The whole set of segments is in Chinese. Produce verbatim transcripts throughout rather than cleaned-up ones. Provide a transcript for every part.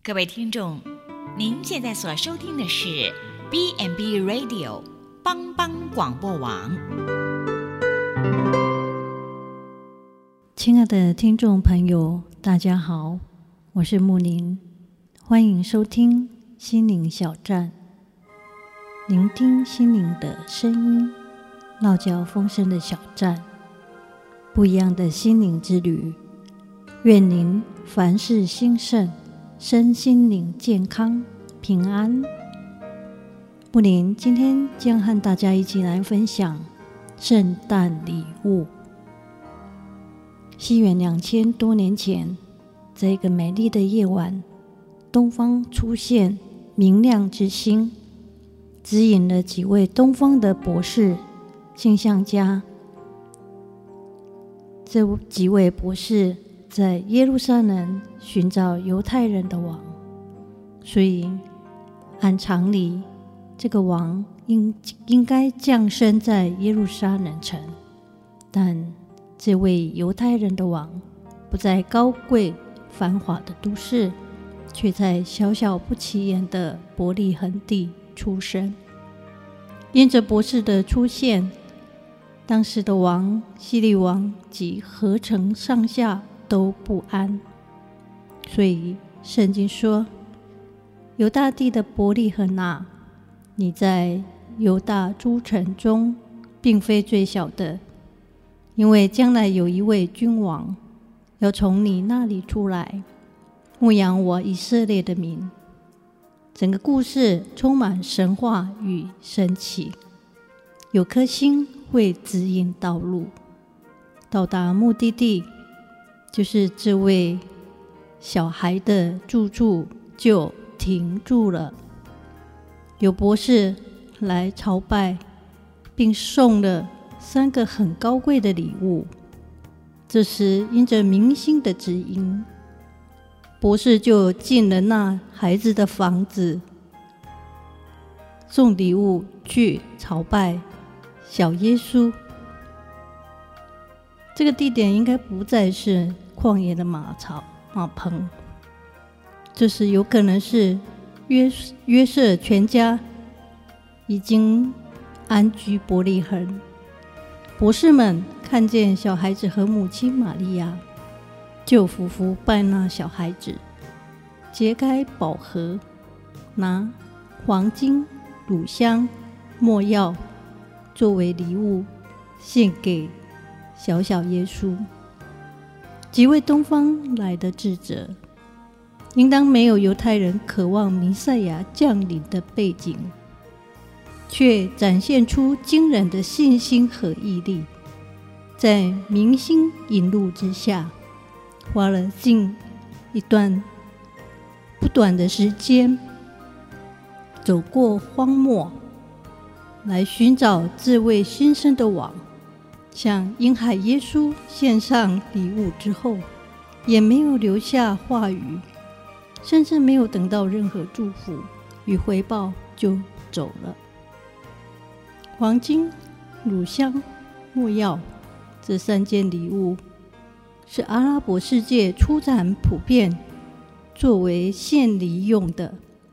各位听众，您现在所收听的是 B and B Radio 帮帮广播网。 亲爱的听众朋友，大家好，我是木林，欢迎收听心灵小站，聆听心灵的声音，落脚丰盛的小站，不一样的心灵之旅。愿您凡事兴盛，身心灵健康平安。木林今天将和大家一起来分享圣诞礼物。西元两千多年前，在一个美丽的夜晚，东方出现明亮之星，指引了几位东方的博士星象家。这几位博士在耶路撒冷寻找犹太人的王，所以按常理，这个王应应该降生在耶路撒冷城，但这位犹太人的王不在高贵繁华的都市，却在小小不起眼的伯利恒地出生。因着博士的出现，当时的王希律王及何城上下都不安，所以圣经说，犹大地的伯利恒啊，你在犹大诸城中并非最小的，因为将来有一位君王要从你那里出来，牧养我以色列的民。整个故事充满神话与神奇，有颗星会指引道路，到达目的地，就是这位小孩的住处就停住了。有博士来朝拜，并送了三个很高贵的礼物。这时因着明星的指引，博士就进了那孩子的房子，送礼物去朝拜小耶稣。这个地点应该不再是旷野的马槽马棚，这时有可能是约约瑟全家已经安居伯利恒。博士们看见小孩子和母亲玛利亚，就俯伏拜那小孩子，揭开宝盒，拿黄金、乳香、没药作为礼物献给小小耶稣。几位东方来的智者，应当没有犹太人渴望弥赛亚降临的背景，却展现出惊人的信心和毅力，在明星引路之下，花了近一段不短的时间，走过荒漠，来寻找这位新生的王。向婴孩耶稣献上礼物之后，也没有留下话语，甚至没有等到任何祝福与回报就走了。黄金、乳香、没药这三件礼物是阿拉伯世界出产普遍作为献礼用的。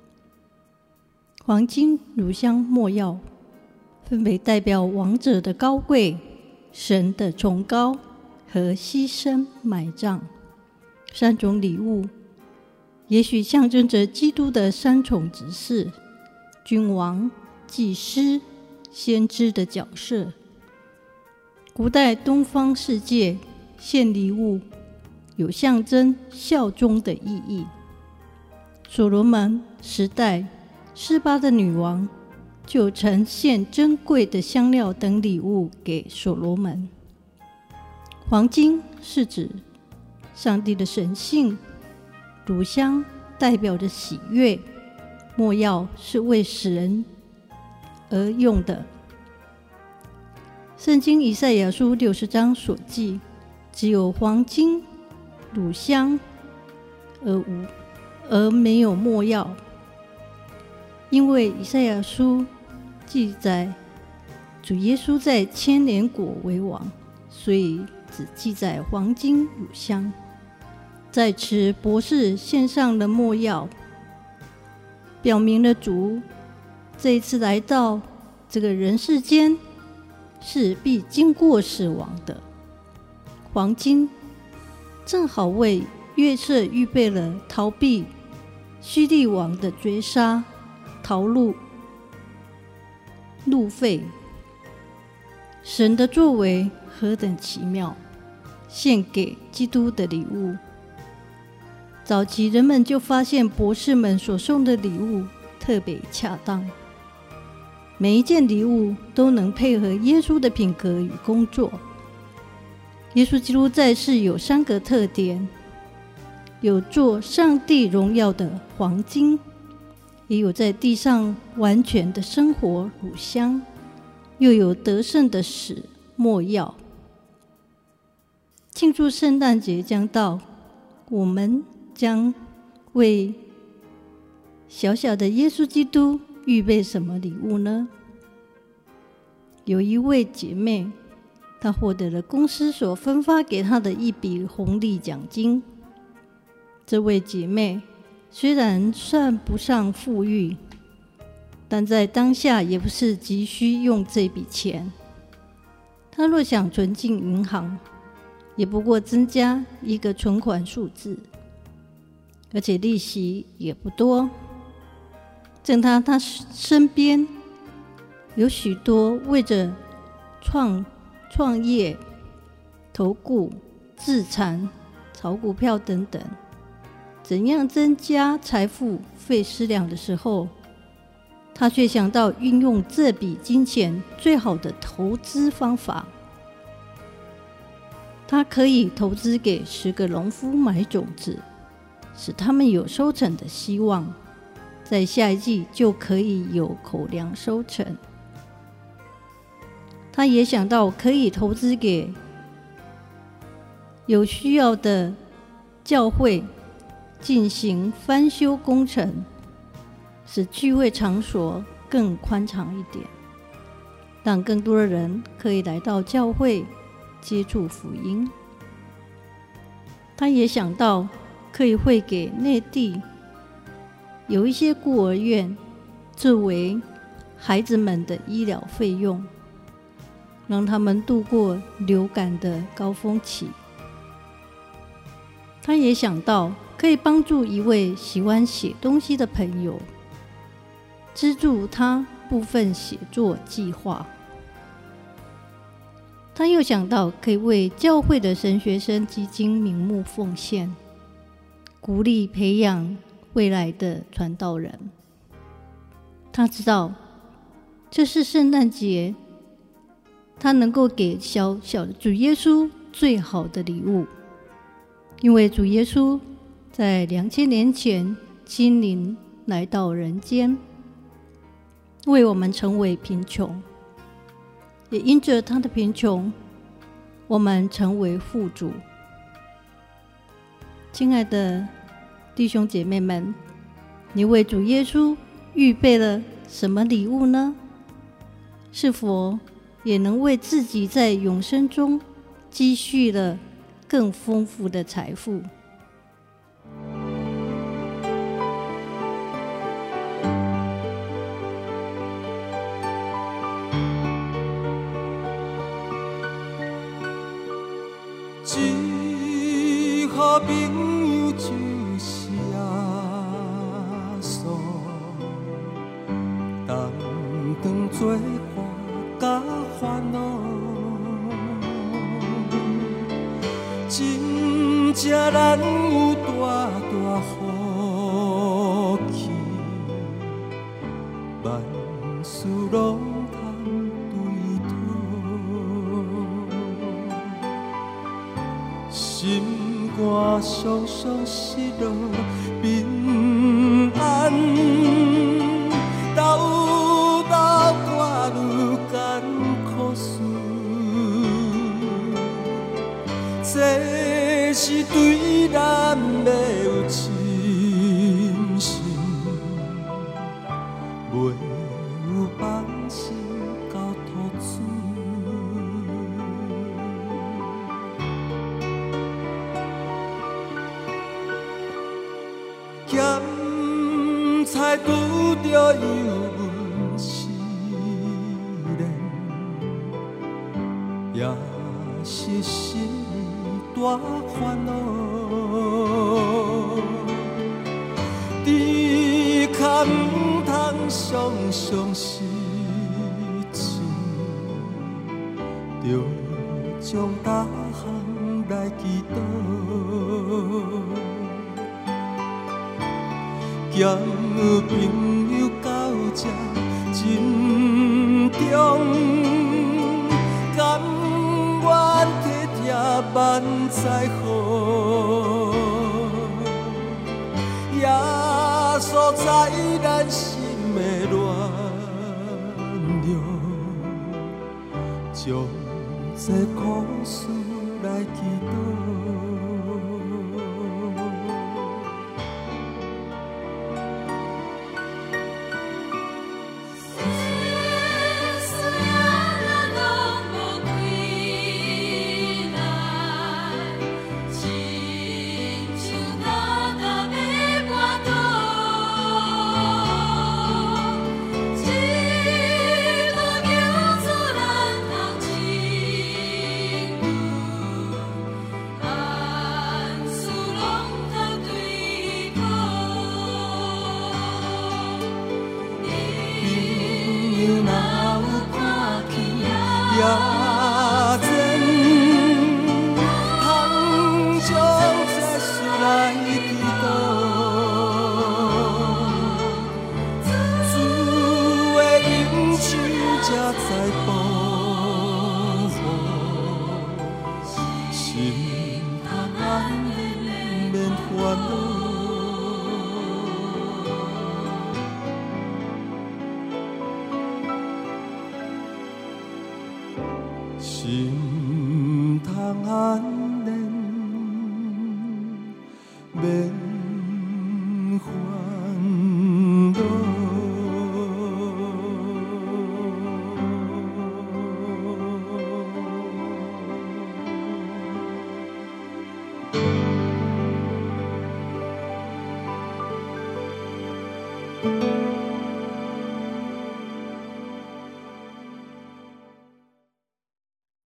黄金、乳香、没药分别代表王者的高贵、神的崇高和牺牲埋葬。三种礼物也许象征着基督的三重职事：君王、祭司、先知的角色。古代东方世界献礼物有象征效忠的意义。所罗门时代，示巴的女王就曾献珍贵的香料等礼物给所罗门。黄金是指上帝的神性，乳香代表着喜悦，没药是为使人而用的。圣经以赛亚书六十章所记，只有黄金、乳香而无而没有没药。因为以赛亚书记载主耶稣在千年国为王，所以只记载黄金、乳香。在此博士献上了没药， 表明了主这一次来到这个人世间是必经过死亡的。黄金正好为约瑟预备了逃避希律王的追杀，逃入路费。神的作为何等奇妙，献给基督的礼物。早期人们就发现博士们所送的礼物特别恰当，每一件礼物都能配合耶稣的品格与工作。耶稣基督在世有三个特点，有做上帝荣耀的黄金，也有在地上完全的生活乳香，又有得胜的死没药。庆祝圣诞节将到，我们将为小小的耶稣基督预备什么礼物呢？有一位姐妹，她获得了公司所分发给她的一笔红利奖金。这位姐妹虽然算不上富裕，但在当下也不是急需用这笔钱。她若想存进银行，也不过增加一个存款数字，而且利息也不多。正当他身边有许多为着创创业、投顾、自产、炒股票等等，怎样增加财富费思量的时候，他却想到运用这笔金钱最好的投资方法。他可以投资给十个农夫买种子，使他们有收成的希望，在下一季就可以有口粮收成。他也想到可以投资给有需要的教会进行翻修工程，使聚会场所更宽敞一点，让更多的人可以来到教会接触福音。他也想到可以汇给内地有一些孤儿院作为孩子们的医疗费用，让他们度过流感的高峰期。他也想到可以帮助一位喜欢写东西的朋友，资助他部分写作计划。他又想到可以为教会的神学生基金名目奉献，鼓励培养未来的传道人。他知道这是圣诞节他能够给小小的主耶稣最好的礼物，因为主耶稣在两千年前亲临来到人间，为我们成为贫穷，也因着他的贫穷，我们成为富足。亲爱的弟兄姐妹们，你为主耶稣预备了什么礼物呢？是否也能为自己在永生中积蓄了更丰富的财富？ 一好朋友就是耶稣，担当作伴甲烦恼，真正咱有大大福气，万事拢通对讨，心肝伤伤失落平安，斗斗看愈艰苦事，这是对咱要有信心，袂有放心交托主。咸才拄着有阮思念，也是心大烦恼。只可唔通常常失志，着将大项来祈祷。咸朋友到这真重，甘愿体贴万载好，也锁在咱心的乱流，将这苦事来祈祷。心通安然，免烦恼。